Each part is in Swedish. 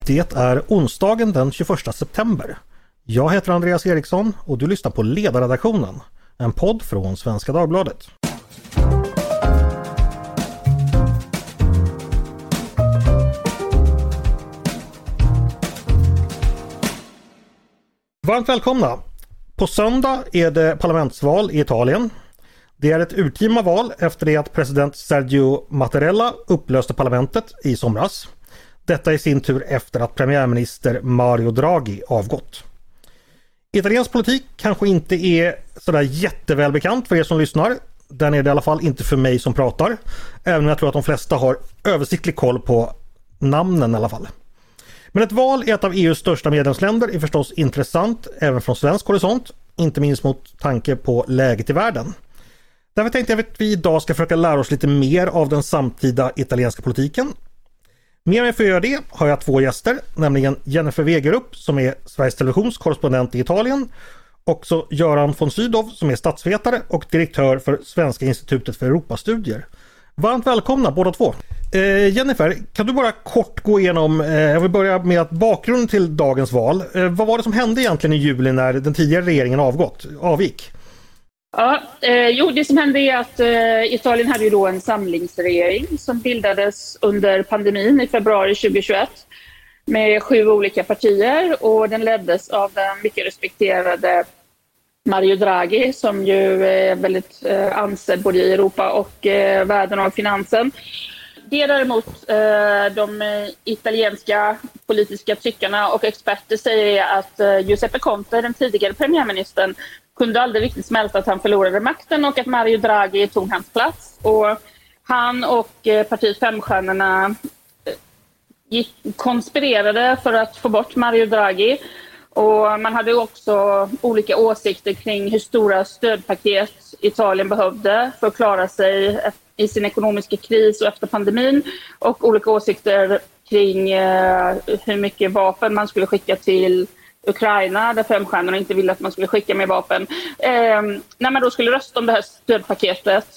Det är onsdagen den 21 september. Jag heter Andreas Eriksson och du lyssnar på Ledarredaktionen, en podd från Svenska Dagbladet. Varmt välkomna! På söndag är det parlamentsval i Italien. Det är ett urtima val efter det att president Sergio Mattarella upplöste parlamentet i somras. Detta i sin tur efter att premiärminister Mario Draghi avgått. Italiensk politik kanske inte är sådär jättevälbekant för er som lyssnar. Den är det i alla fall inte för mig som pratar. Även om jag tror att de flesta har översiktlig koll på namnen i alla fall. Men ett val i ett av EUs största medlemsländer är förstås intressant även från svensk horisont. Inte minst mot tanke på läget i världen. Därför tänkte jag att vi idag ska försöka lära oss lite mer av den samtida italienska politiken. Mer än för att göra det har jag två gäster, nämligen Jennifer Wegerup som är Sveriges Televisions korrespondent i Italien, och så Göran von Sydow som är statsvetare och direktör för Svenska institutet för Europastudier. Varmt välkomna båda två. Jennifer, kan du bara kort gå igenom, jag vill börja med att bakgrunden till dagens val. Vad var det som hände egentligen i juli när den tidigare regeringen avgick? Ja, det som hände är att Italien hade ju då en samlingsregering som bildades under pandemin i februari 2021 med 7 olika partier, och den leddes av den mycket respekterade Mario Draghi som ju är väldigt ansedd både i Europa och världen av finansen. Det däremot de italienska politiska tyckarna och experter säger är att Giuseppe Conte, den tidigare premiärministern, kunde aldrig riktigt smälta att han förlorade makten och att Mario Draghi tog hans plats. Och han och partiet Femstjärnorna konspirerade för att få bort Mario Draghi. Och man hade också olika åsikter kring hur stora stödpaket Italien behövde för att klara sig i sin ekonomiska kris och efter pandemin. Och olika åsikter kring hur mycket vapen man skulle skicka till Ukraina, där Femstjärnorna inte ville att man skulle skicka mer vapen. När man då skulle rösta om det här stödpaketet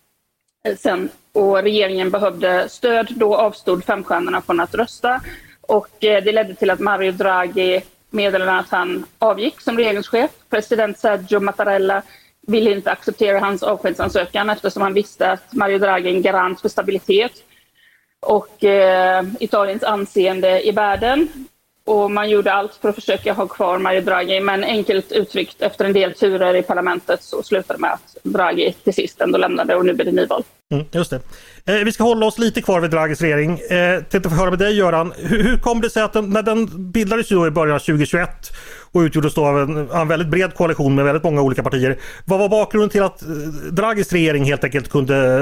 sen, och regeringen behövde stöd, då avstod Femstjärnorna från att rösta. Och det ledde till att Mario Draghi meddelade att han avgick som regeringschef. President Sergio Mattarella ville inte acceptera hans avskedsansökan eftersom han visste att Mario Draghi är en garant för stabilitet och Italiens anseende i världen. Och man gjorde allt för att försöka ha kvar Mario Draghi, men enkelt uttryckt efter en del turer i parlamentet så slutade med att Draghi till sist ändå lämnade och nu blir det nyval. Just det. Vi ska hålla oss lite kvar vid Draghis regering. Tänkte få höra med dig, Göran. Hur kom det sig att när den bildades ju då i början av 2021 och utgjordes då av en väldigt bred koalition med väldigt många olika partier. Vad var bakgrunden till att Draghis regering helt enkelt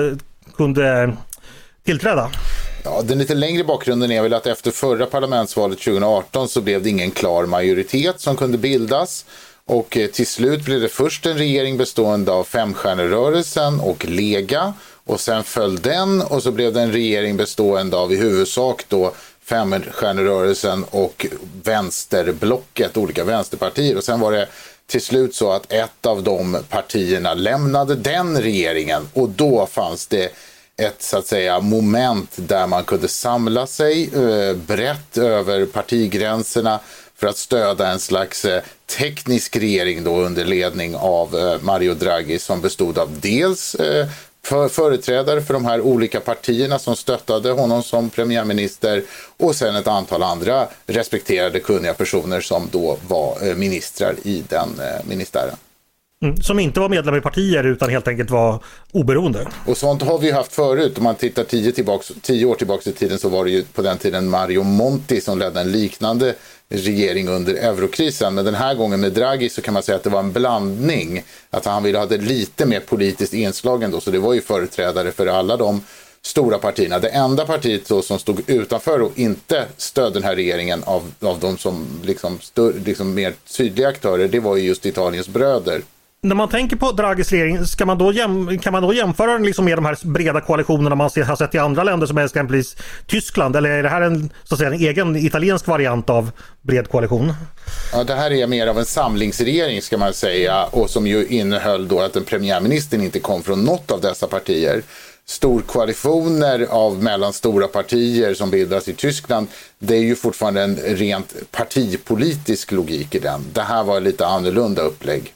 kunde tillträda? Ja, den lite längre bakgrunden är väl att efter förra parlamentsvalet 2018 så blev det ingen klar majoritet som kunde bildas. Och till slut blev det först en regering bestående av Femstjärnerörelsen och Lega. Och sen föll den, och så blev det en regering bestående av i huvudsak då Femstjärnerörelsen och vänsterblocket, olika vänsterpartier. Och sen var det till slut så att ett av de partierna lämnade den regeringen, och då fanns det ett så att säga moment där man kunde samla sig brett över partigränserna för att stödja en slags teknisk regering då under ledning av Mario Draghi, som bestod av dels företrädare för de här olika partierna som stöttade honom som premiärminister, och sen ett antal andra respekterade kunniga personer som då var ministrar i den ministären. Som inte var medlemmar i partier utan helt enkelt var oberoende. Och sånt har vi ju haft förut. Om man tittar 10 år tillbaka i tiden så var det ju på den tiden Mario Monti som ledde en liknande regering under eurokrisen. Men den här gången med Draghi så kan man säga att det var en blandning. Att han ville ha det lite mer politiskt inslag ändå. Så det var ju företrädare för alla de stora partierna. Det enda partiet då som stod utanför och inte stödde den här regeringen av de som liksom mer sydliga aktörer, det var ju just Italiens bröder. När man tänker på Draghis regering, kan man då jämföra den liksom med de här breda koalitionerna man har sett i andra länder som exempelvis Tyskland, eller är det här en egen italiensk variant av bred koalition? Ja, det här är mer av en samlingsregering ska man säga, och som ju innehöll då att den premiärministern inte kom från något av dessa partier. storkoalitioner av mellanstora partier som bildas i Tyskland, det är ju fortfarande en rent partipolitisk logik i den. Det här var lite annorlunda upplägg.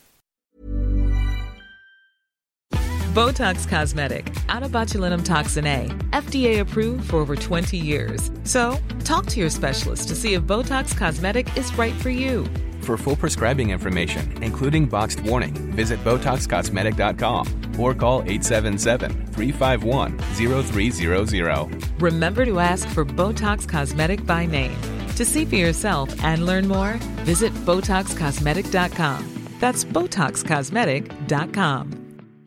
Botox Cosmetic, out of botulinum toxin A, FDA approved for over 20 years. So, talk to your specialist to see if Botox Cosmetic is right for you. For full prescribing information, including boxed warning, visit BotoxCosmetic.com or call 877-351-0300. Remember to ask for Botox Cosmetic by name. To see for yourself and learn more, visit BotoxCosmetic.com. That's BotoxCosmetic.com.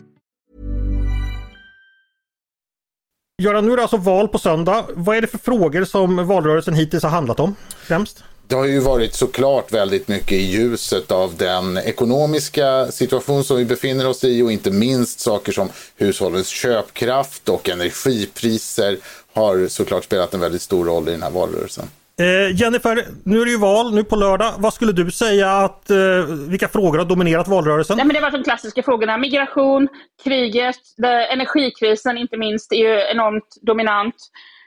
Göran, nu är det alltså val på söndag. Vad är det för frågor som valrörelsen hittills har handlat om främst? Det har ju varit såklart väldigt mycket i ljuset av den ekonomiska situation som vi befinner oss i och inte minst saker som hushållens köpkraft och energipriser har såklart spelat en väldigt stor roll i den här valrörelsen. Jennifer, nu är det ju val nu på lördag. Vad skulle du säga att vilka frågor har dominerat valrörelsen? Nej, men det var de klassiska frågorna. Migration, kriget, energikrisen inte minst är ju enormt dominant.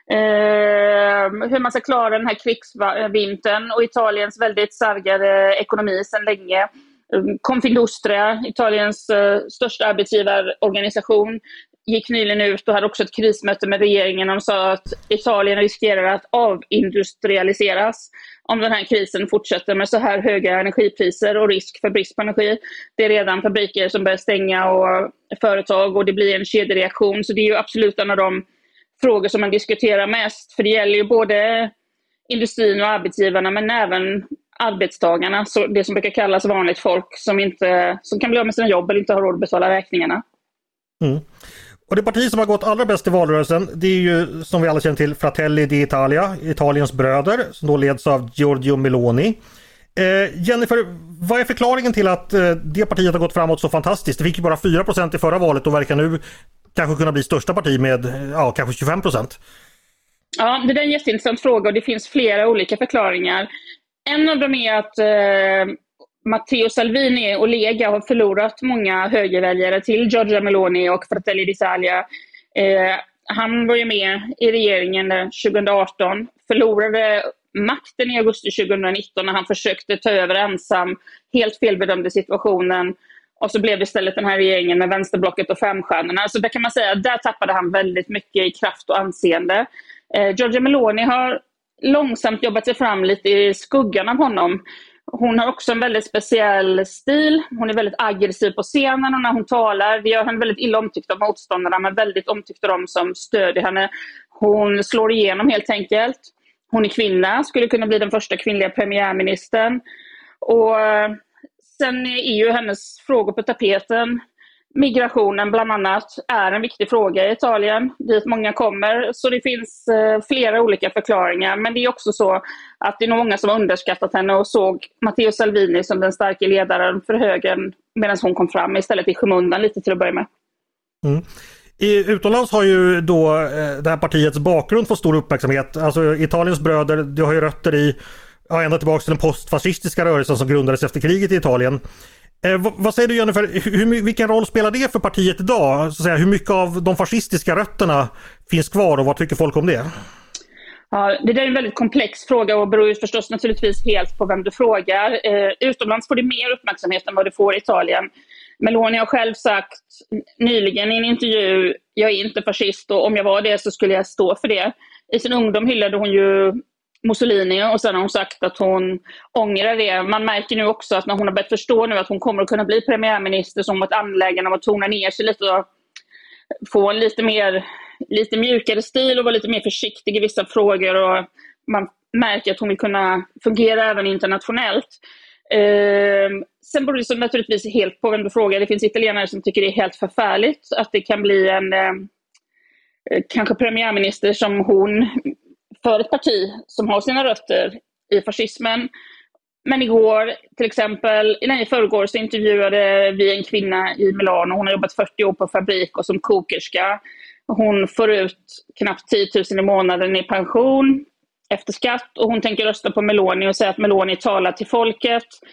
Hur man ska klara den här krigsvintern och Italiens väldigt sargade ekonomi sedan länge. Confindustria, Italiens största arbetsgivarorganisation, gick nyligen ut och hade också ett krismöte med regeringen och sa att Italien riskerar att avindustrialiseras om den här krisen fortsätter med så här höga energipriser och risk för brist på energi. Det är redan fabriker som börjar stänga och företag och det blir en kedjereaktion. Så det är ju absolut en av de frågor som man diskuterar mest. För det gäller ju både industrin och arbetsgivarna men även arbetstagarna. Så det som brukar kallas vanligt folk som kan bli av med sina jobb eller inte har råd att betala räkningarna. Mm. Och det parti som har gått allra bäst i valrörelsen, det är ju som vi alla känner till Fratelli d'Italia, Italiens bröder, som då leds av Giorgia Meloni. Jennifer, vad är förklaringen till att det partiet har gått framåt så fantastiskt? Det fick ju bara 4% i förra valet och verkar nu kanske kunna bli största parti med kanske 25%. Ja, det är en jätteintressant fråga och det finns flera olika förklaringar. En av dem är att Matteo Salvini och Lega har förlorat många högerväljare till Giorgia Meloni och Fratelli d'Italia. Han var ju med i regeringen 2018, förlorade makten i augusti 2019 när han försökte ta över ensam, helt felbedömde situationen och så blev det istället den här regeringen med vänsterblocket och femstjärnorna. Så där kan man säga att där tappade han väldigt mycket i kraft och anseende. Giorgia Meloni har långsamt jobbat sig fram lite i skuggan av honom. Hon har också en väldigt speciell stil. Hon är väldigt aggressiv på scenen och när hon talar. Vi gör henne väldigt illa omtyckt av motståndarna men väldigt omtyckt av dem som stödjer henne. Hon slår igenom helt enkelt. Hon är kvinna, skulle kunna bli den första kvinnliga premiärministern. Och sen är ju hennes frågor på tapeten. Migrationen bland annat är en viktig fråga i Italien dit många kommer. Så det finns flera olika förklaringar. Men det är också så att det är nog många som har underskattat henne och såg Matteo Salvini som den starka ledaren för högern medan hon kom fram istället i skymundan lite till att börja med. Mm. Utomlands har ju då det här partiets bakgrund fått stor uppmärksamhet. Alltså Italiens bröder, det har ju rötter i ända tillbaka till den postfascistiska rörelsen som grundades efter kriget i Italien. Vad säger du Jennifer, vilken roll spelar det för partiet idag? Så att säga, hur mycket av de fascistiska rötterna finns kvar och vad tycker folk om det? Ja, det där är en väldigt komplex fråga och beror ju förstås naturligtvis helt på vem du frågar. Utomlands får det mer uppmärksamhet än vad det får i Italien. Meloni har själv sagt nyligen i en intervju, jag är inte fascist och om jag var det så skulle jag stå för det. I sin ungdom hyllade hon ju Mussolini och sen har hon sagt att hon ångrar det. Man märker nu också att när hon har börjat förstå nu att hon kommer att kunna bli premiärminister som ett anläggande av att tona ner sig lite och få en lite mjukare stil och vara lite mer försiktig i vissa frågor och man märker att hon vill kunna fungera även internationellt. Sen beror det så naturligtvis helt på vem du frågar. Det finns italienare som tycker det är helt förfärligt att det kan bli en kanske premiärminister som hon för ett parti som har sina rötter i fascismen. Men igår till exempel, i förrgår så intervjuade vi en kvinna i Milano. Hon har jobbat 40 år på fabrik och som kokerska. Hon får ut knappt 10 000 i månaden i pension efter skatt och hon tänker rösta på Meloni och säga att Meloni talar till folket.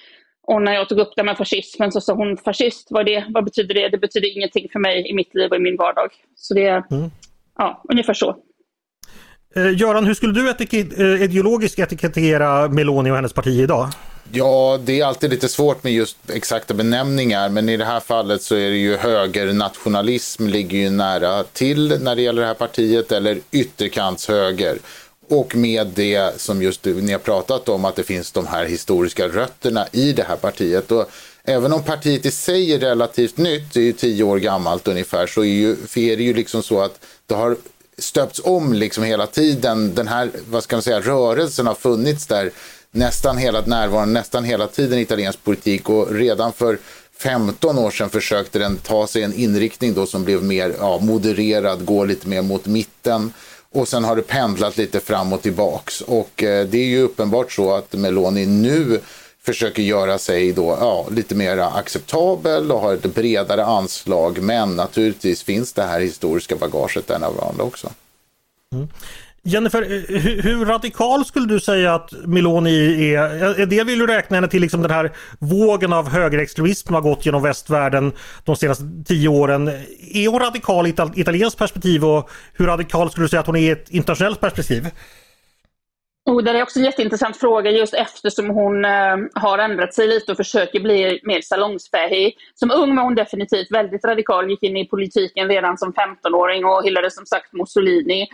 Och när jag tog upp det med fascismen så sa hon, fascist, vad betyder det? Det betyder ingenting för mig i mitt liv och i min vardag. Så det är ungefär så. Göran, hur skulle du ideologiskt etikettera Meloni och hennes parti idag? Ja, det är alltid lite svårt med just exakta benämningar, men i det här fallet så är det ju högernationalism ligger ju nära till när det gäller det här partiet, eller ytterkantshöger. Och med det som just ni har pratat om, att det finns de här historiska rötterna i det här partiet. Och även om partiet i sig är relativt nytt, det är ju 10 år gammalt ungefär, så är det ju liksom så att det har stöpts om liksom hela tiden. Den här, vad ska man säga, rörelsen har funnits där nästan hela tiden i italiensk politik, och redan för 15 år sedan försökte den ta sig en inriktning då som blev mer modererad, gå lite mer mot mitten, och sen har det pendlat lite fram och tillbaks, och det är ju uppenbart så att Meloni nu försöker göra sig då lite mer acceptabel och har ett bredare anslag, men naturligtvis finns det här historiska bagaget där närvarande också. Jennifer, hur radikal skulle du säga att Meloni är? Det vill du räkna henne till liksom den här vågen av högerextremism som har gått genom västvärlden de senaste 10 åren. Är hon radikal i ett italienskt perspektiv, och hur radikal skulle du säga att hon är i ett internationellt perspektiv? Det är också en jätteintressant fråga, just eftersom hon har ändrat sig lite och försöker bli mer salongsfähig. Som ung var hon definitivt väldigt radikal, gick in i politiken redan som 15-åring och hyllade som sagt Mussolini.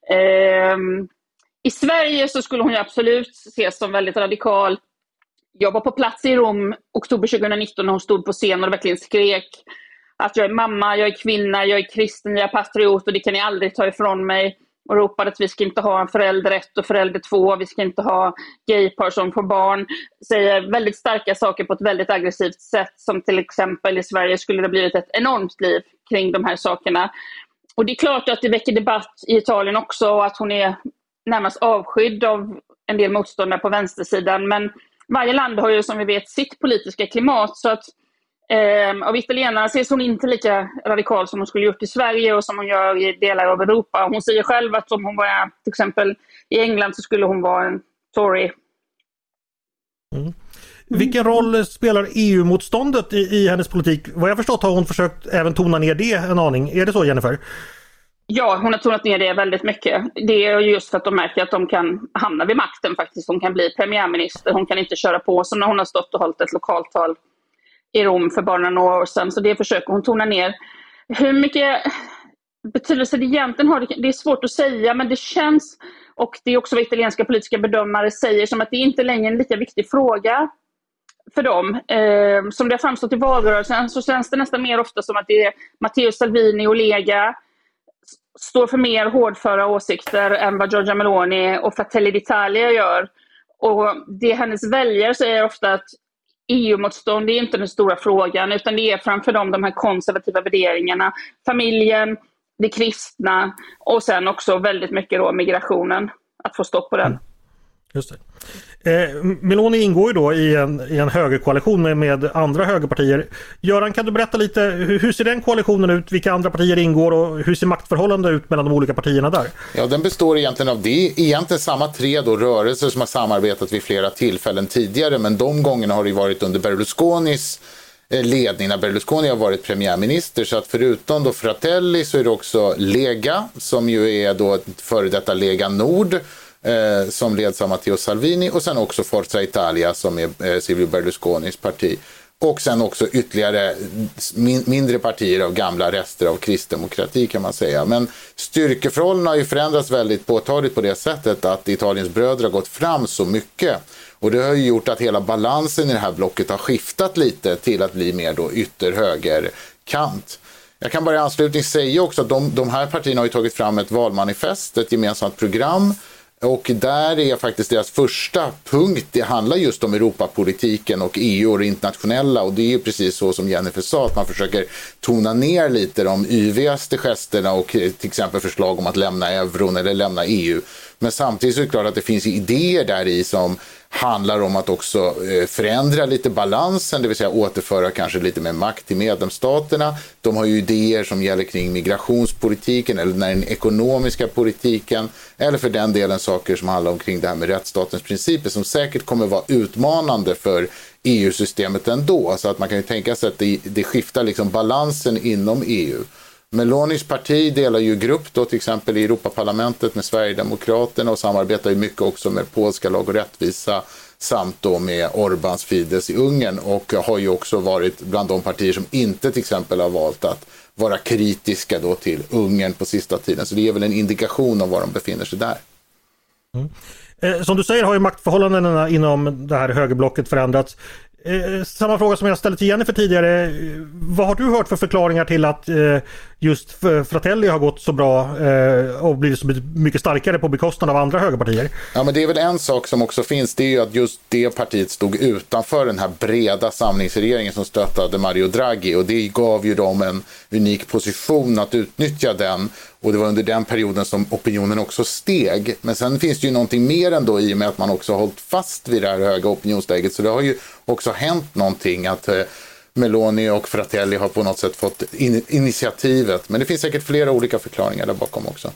I Sverige så skulle hon ju absolut ses som väldigt radikal. Jag var på plats i Rom oktober 2019 när hon stod på scen och verkligen skrek att jag är mamma, jag är kvinna, jag är kristen, jag är patriot och det kan ni aldrig ta ifrån mig. Och ropade att vi ska inte ha en förälder 1 och förälder 2, vi ska inte ha gaypar som får barn. Säger väldigt starka saker på ett väldigt aggressivt sätt, som till exempel i Sverige skulle det blivit ett enormt liv kring de här sakerna. Och det är klart att det väcker debatt i Italien också, och att hon är närmast avskydd av en del motståndare på vänstersidan. Men varje land har ju som vi vet sitt politiska klimat, så att av italienarna ses hon inte lika radikal som hon skulle gjort i Sverige och som hon gör i delar av Europa. Hon säger själv att om hon var till exempel i England så skulle hon vara en Tory. Vilken roll spelar EU-motståndet i hennes politik? Vad jag förstått har hon försökt även tona ner det en aning. Är det så, Jennifer? Ja, hon har tonat ner det väldigt mycket. Det är just för att de märker att de kan hamna vid makten faktiskt. Hon kan bli premiärminister, hon kan inte köra på som när hon har stått och hållit ett lokaltal i Rom för bara några år sedan. Så det försöker hon tona ner. Hur mycket betydelse det egentligen har, det är svårt att säga, men det känns, och det är också vad italienska politiska bedömare säger, som att det inte längre är en lika viktig fråga för dem. Som det har framstått i valrörelsen så känns det nästan mer ofta som att det är Matteo Salvini och Lega står för mer hårdföra åsikter än vad Giorgia Meloni och Fratelli d'Italia gör. Och det hennes väljare säger ofta att EU-motstånd är inte den stora frågan, utan det är framför dem de här konservativa värderingarna, familjen, det kristna och sen också väldigt mycket då migrationen, att få stopp på den. Just det. Meloni ingår ju då i en högerkoalition med andra högerpartier. Göran, kan du berätta lite, hur ser den koalitionen ut? Vilka andra partier ingår och hur ser maktförhållandet ut mellan de olika partierna där? Ja, den består egentligen av egentligen samma 3 då rörelser som har samarbetat vid flera tillfällen tidigare, men de gångerna har det varit under Berlusconis ledning, när Berlusconi har varit premiärminister. Så att förutom då Fratelli så är det också Lega, som ju är då före detta Lega Nord, som leds av Matteo Salvini, och sen också Forza Italia som är Silvio Berlusconis parti, och sen också ytterligare mindre partier av gamla rester av kristdemokrati kan man säga. Men styrkeförhållandena har ju förändrats väldigt påtagligt på det sättet att Italiens bröder har gått fram så mycket, och det har ju gjort att hela balansen i det här blocket har skiftat lite till att bli mer då ytterhögerkant. Jag kan bara i anslutning säga också att de här partierna har ju tagit fram ett valmanifest, ett gemensamt program. Och där är faktiskt deras första punkt, det handlar just om Europapolitiken och EU och det internationella, och det är ju precis så som Jennifer sa, att man försöker tona ner lite de yvigaste gesterna och till exempel förslag om att lämna euron eller lämna EU. Men samtidigt så är det klart att det finns idéer där i som handlar om att också förändra lite balansen, det vill säga återföra kanske lite mer makt till medlemsstaterna. De har ju idéer som gäller kring migrationspolitiken eller den ekonomiska politiken, eller för den delen saker som handlar om kring det här med rättsstatens principer, som säkert kommer vara utmanande för EU-systemet ändå. Så att man kan ju tänka sig att det skiftar liksom balansen inom EU. Melonis parti delar ju grupp då till exempel i Europaparlamentet med Sverigedemokraterna och samarbetar ju mycket också med polska Lag och rättvisa samt då med Orbáns Fidesz i Ungern, och har ju också varit bland de partier som inte till exempel har valt att vara kritiska då till Ungern på sista tiden. Så det är väl en indikation om var de befinner sig där. Som du säger har ju maktförhållandena inom det här högerblocket förändrats. Samma fråga som jag ställde till Jennifer tidigare. Vad har du hört för förklaringar till att just Fratelli har gått så bra och blivit så mycket starkare på bekostnad av andra högerpartier? Ja, men det är väl en sak som också finns, det är ju att just det partiet stod utanför den här breda samlingsregeringen som stöttade Mario Draghi, och det gav ju dem en unik position att utnyttja den. Och det var under den perioden som opinionen också steg. Men sen finns det ju någonting mer ändå i och med att man också har hållit fast vid det här höga opinionsläget. Så det har ju också hänt någonting att Meloni och Fratelli har på något sätt fått initiativet. Men det finns säkert flera olika förklaringar där bakom också.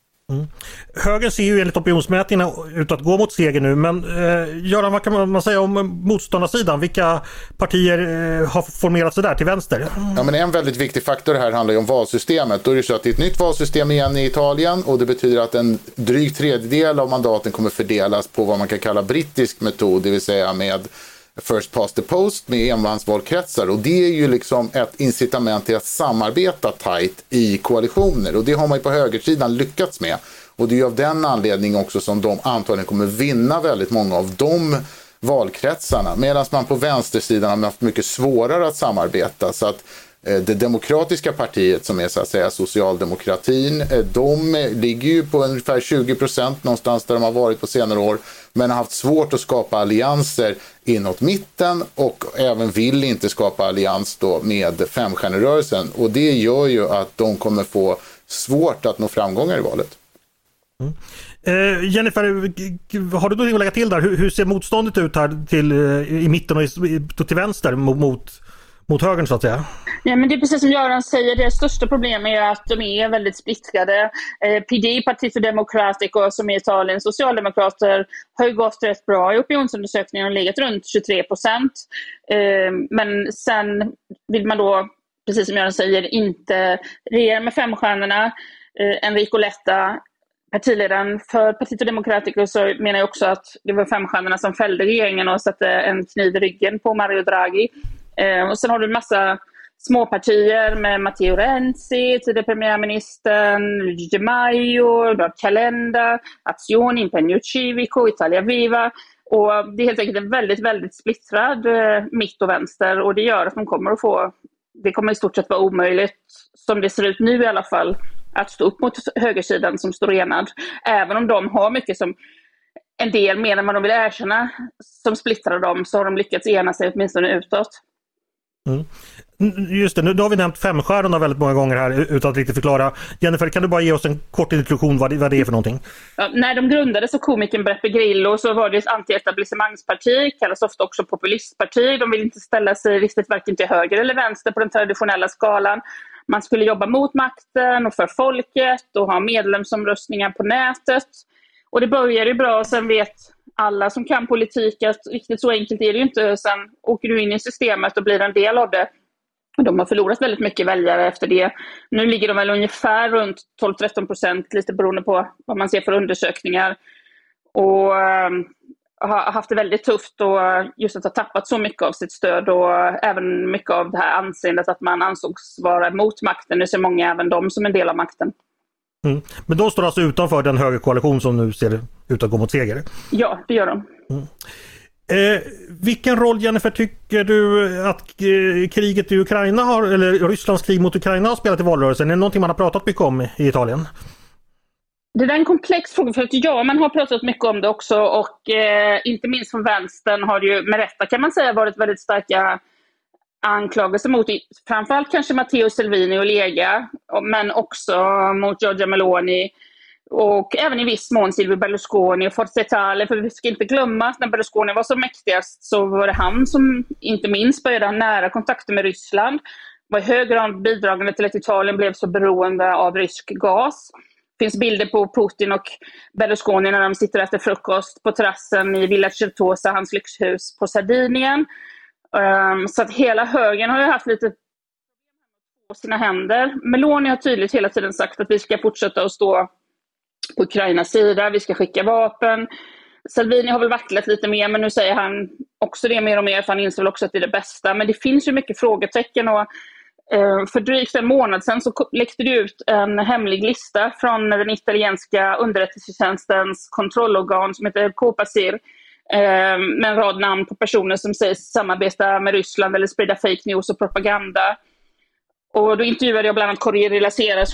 Högern ser ju enligt opinionsmätningarna ut att gå mot seger nu, men Göran, vad kan man säga om motståndarsidan? Vilka partier har formerat sig där till vänster? Ja, men en väldigt viktig faktor här handlar ju om valsystemet. Då är det så att det är ett nytt valsystem igen i Italien, och det betyder att en dryg tredjedel av mandaten kommer fördelas på vad man kan kalla brittisk metod, det vill säga med first past the post med enmansvalkretsar, och det är ju liksom ett incitament till att samarbeta tajt i koalitioner, och det har man ju på högersidan lyckats med, och det är ju av den anledningen också som de antagligen kommer vinna väldigt många av de valkretsarna, medan man på vänstersidan har haft mycket svårare att samarbeta. Så att det demokratiska partiet, som är så att säga socialdemokratin, de ligger ju på ungefär 20% någonstans där de har varit på senare år, men har haft svårt att skapa allianser inåt mitten, och även vill inte skapa allians då med femstjärnerörelsen, och det gör ju att de kommer få svårt att nå framgångar i valet. Jennifer, har du något att lägga till där? Hur ser motståndet ut här till, i mitten och till vänster mot högern så att säga? Ja, men det är precis som Göran säger, det största problemet är att de är väldigt splittrade. PD, Partito Democratico, som är Italiens socialdemokrater, har ju gått rätt bra i opinionsundersökningen och legat runt 23%. Men sen vill man då, precis som Göran säger, inte regera med femstjärnorna. Enrico Letta, partiledaren för Partito Democratico, så menar jag också att det var femstjärnorna som fällde regeringen och satte en kniv i ryggen på Mario Draghi. Och sen har du en massa småpartier med Matteo Renzi, tidigare premiärministern, Luigi Di Maio, Calenda, Azione, Impegno Civico, Italia Viva. Och det är helt enkelt en väldigt, väldigt splittrad mitt och vänster, och det gör att det kommer i stort sett vara omöjligt, som det ser ut nu i alla fall, att stå upp mot högersidan som står enad. Även om de har mycket som en del mer än vad de vill erkänna som splittrar dem, så har de lyckats ena sig åtminstone utåt. Just det, nu har vi nämnt femstjärnorna väldigt många gånger här utan att riktigt förklara. Jennifer, kan du bara ge oss en kort introduktion vad det är för någonting? Ja, när de grundades av komikern Beppe Grillo så var det ett anti-etablissemangsparti, kallas ofta också populistparti. De vill inte ställa sig riktigt varken till höger eller vänster på den traditionella skalan. Man skulle jobba mot makten och för folket och ha medlemsomröstningar på nätet. Och det började ju bra, och sen vet alla som kan politik att riktigt så enkelt är det ju inte. Sen åker du in i systemet och blir en del av det. De har förlorat väldigt mycket väljare efter det. Nu ligger de väl ungefär runt 12-13%, lite beroende på vad man ser för undersökningar. Och har haft det väldigt tufft, och just att ha tappat så mycket av sitt stöd och även mycket av det här anseendet att man ansågs vara mot makten. Nu ser många även de som en del av makten. Men de står alltså utanför den högerkoalition som nu ser ut att gå mot seger? Ja, det gör de. Vilken roll, Jennifer, tycker du att kriget i Ukraina eller Rysslands krig mot Ukraina har spelat i valrörelsen? Är det någonting man har pratat mycket om i Italien? Det är en komplex fråga, för att man har pratat mycket om det också, och inte minst från vänstern har det ju med rätta, kan man säga, varit väldigt starka anklagelser mot framförallt kanske Matteo Salvini och Lega, men också mot Giorgia Meloni Och även i viss mån Silvio Berlusconi och Forza Italia, för vi ska inte glömma att när Berlusconi var som mäktigast så var det han som inte minst började ha nära kontakter med Ryssland, var i hög grad bidragande till att Italien blev så beroende av rysk gas. Det finns bilder på Putin och Berlusconi när de sitter efter frukost på terrassen i Villa Certosa, hans lyxhus på Sardinien. Så att hela högern har ju haft lite på sina händer. Meloni har tydligt hela tiden sagt att vi ska fortsätta att stå på Ukrainas sida, vi ska skicka vapen. Salvini har väl vacklat lite mer, men nu säger han också det mer och mer, för han inser väl också att det är det bästa. Men det finns ju mycket frågetecken, och för drygt en månad sedan så läckte det ut en hemlig lista från den italienska underrättelsetjänstens kontrollorgan som heter Copasir, med en rad namn på personer som sägs samarbeta med Ryssland eller sprida fake news och propaganda. Och då intervjuade jag bland annat Corriere della Seras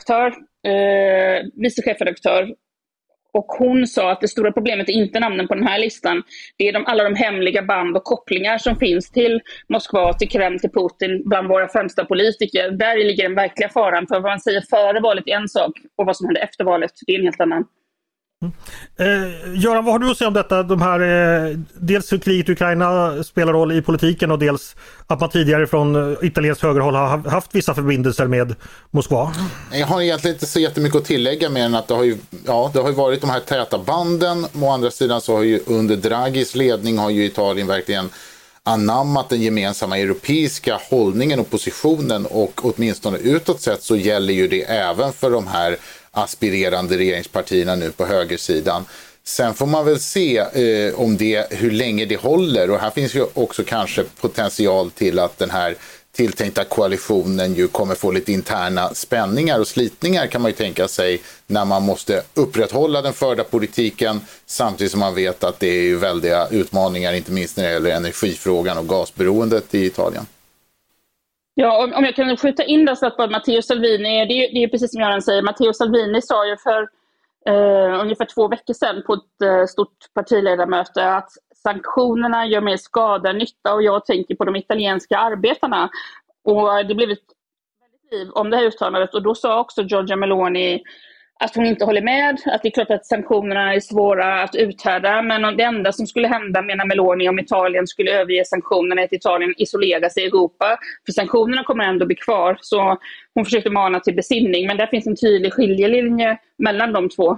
vice chefredaktör. Och hon sa att det stora problemet är inte namnen på den här listan. Det är alla de hemliga band och kopplingar som finns till Moskva, till Kreml, till Putin bland våra främsta politiker. Där ligger den verkliga faran, för vad man säger före valet är en sak och vad som händer efter valet, det är en helt annan. Göran, vad har du att säga om detta? De här, dels hur kriget i Ukraina spelar roll i politiken och dels att man tidigare från italienskt högerhåll har haft vissa förbindelser med Moskva. Jag har egentligen inte så jättemycket att tillägga mer än att det har ju varit de här täta banden. Å andra sidan så har ju under Draghis ledning har ju Italien verkligen anammat den gemensamma europeiska hållningen och positionen, och åtminstone utåt sett så gäller ju det även för de här aspirerande regeringspartierna nu på högersidan. Sen får man väl se hur länge det håller, och här finns ju också kanske potential till att den här tilltänkta koalitionen ju kommer få lite interna spänningar och slitningar, kan man ju tänka sig, när man måste upprätthålla den förda politiken samtidigt som man vet att det är ju väldiga utmaningar, inte minst när det gäller energifrågan och gasberoendet i Italien. Ja, om jag kan skjuta in det så att Matteo Salvini, det är precis som Göran säger, Matteo Salvini sa ju för ungefär 2 veckor sedan på ett stort partiledarmöte att sanktionerna gör mer skada än nytta, och jag tänker på de italienska arbetarna. Och det blev ett väldigt liv om det här uttalandet, och då sa också Giorgia Meloni att hon inte håller med, att det är klart att sanktionerna är svåra att uthärda, men det enda som skulle hända, menar Meloni, om Italien skulle överge sanktionerna är att Italien isolerar sig i Europa, för sanktionerna kommer ändå bli kvar. Så hon försökte mana till besinning, men där finns en tydlig skiljelinje mellan de två.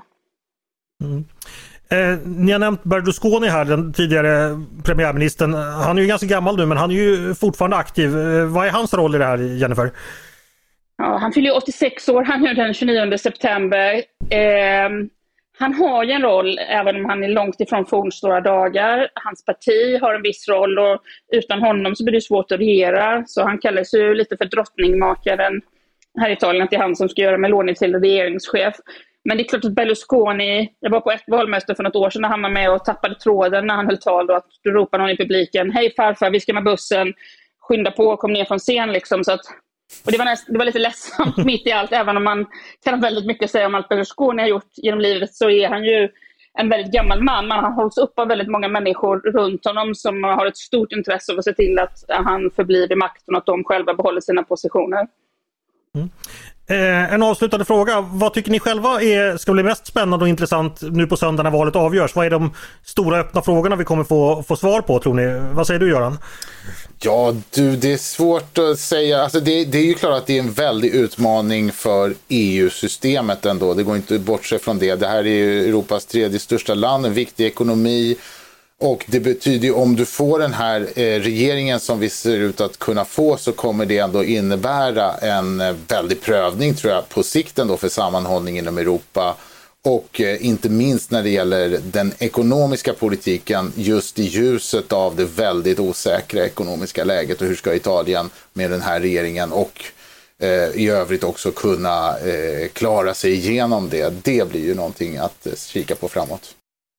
Ni har nämnt Berlusconi här, den tidigare premiärministern. Han är ju ganska gammal nu, men han är ju fortfarande aktiv. Vad är hans roll i det här, Jennifer? Ja, han fyller 86 år, han är den 29 september. Han har ju en roll, även om han är långt ifrån fornstora dagar. Hans parti har en viss roll, och utan honom så blir det svårt att regera. Så han kallas ju lite för drottningmakaren här i Italien, att det är han som ska göra Meloni till regeringschef. Men det är klart att Berlusconi, jag var på ett valmöte för något år sedan när han var med och tappade tråden när han höll tal, då, att du ropar någon i publiken: hej farfar, vi ska med bussen, skynda på, kom ner från scen liksom. Så att, och det var lite ledsamt mitt i allt, även om man kan väldigt mycket säga om allt Berlusconi har gjort genom livet, så är han ju en väldigt gammal man. Man har hållits upp av väldigt många människor runt honom som har ett stort intresse av att se till att han förblir vid makten och att de själva behåller sina positioner. En avslutande fråga. Vad tycker ni själva ska bli mest spännande och intressant nu på söndag när valet avgörs? Vad är de stora öppna frågorna vi kommer få svar på, tror ni? Vad säger du, Göran? Ja, det är svårt att säga. Alltså det är ju klart att det är en väldig utmaning för EU-systemet ändå. Det går inte bort sig från det. Det här är ju Europas 3:e största land, en viktig ekonomi. Och det betyder ju, om du får den här regeringen som vi ser ut att kunna få, så kommer det ändå innebära en väldig prövning, tror jag, på sikt ändå för sammanhållning inom Europa. Och inte minst när det gäller den ekonomiska politiken, just i ljuset av det väldigt osäkra ekonomiska läget, och hur ska Italien med den här regeringen och i övrigt också kunna klara sig igenom det. Det blir ju någonting att kika på framåt.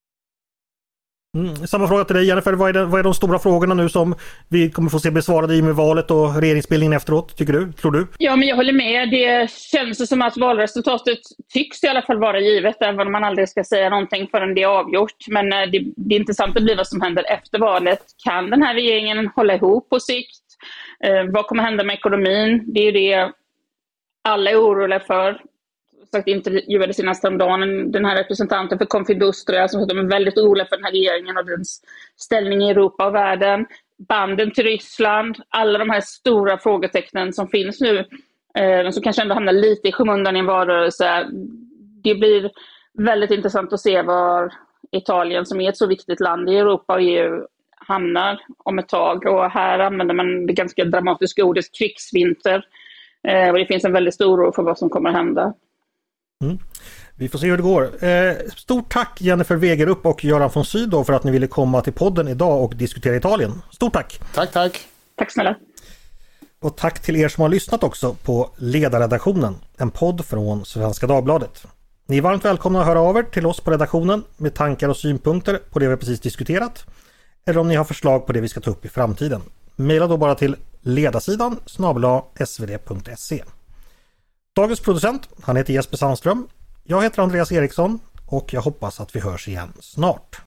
Samma fråga till dig, Jennifer. Vad är de stora frågorna nu som vi kommer få se besvarade i med valet och regeringsbildningen efteråt, tycker du? Tror du? Ja, men jag håller med. Det känns som att valresultatet tycks i alla fall vara givet, även om man aldrig ska säga någonting förrän det är avgjort. Men det är intressant att bli vad som händer efter valet. Kan den här regeringen hålla ihop på sikt? Vad kommer hända med ekonomin? Det är ju det alla är oroliga för. sagt intervjuade senast häromdagen den här representanten för Confindustria som sa att de är väldigt oroliga för den här regeringen och dess ställning i Europa och världen. Banden till Ryssland, alla de här stora frågetecknen som finns nu, som kanske ändå hamnar lite i skymundan i en valrörelse. Det blir väldigt intressant att se var Italien, som är ett så viktigt land i Europa och EU, hamnar om ett tag. Och här använder man det ganska dramatiska ordet krigsvinter. Och det finns en väldigt stor oro för vad som kommer att hända. Vi får se hur det går. Stort tack Jennifer Wegerup och Göran von Sydow för att ni ville komma till podden idag och diskutera Italien. Stort tack! Tack! Tack snälla! Och tack till er som har lyssnat också på Ledarredaktionen, en podd från Svenska Dagbladet. Ni är varmt välkomna att höra av er till oss på redaktionen med tankar och synpunkter på det vi precis diskuterat. Eller om ni har förslag på det vi ska ta upp i framtiden. Maila då bara till ledarsidan@svd.se. Dagens producent, han heter Jesper Sandström. Jag heter Andreas Eriksson och jag hoppas att vi hörs igen snart.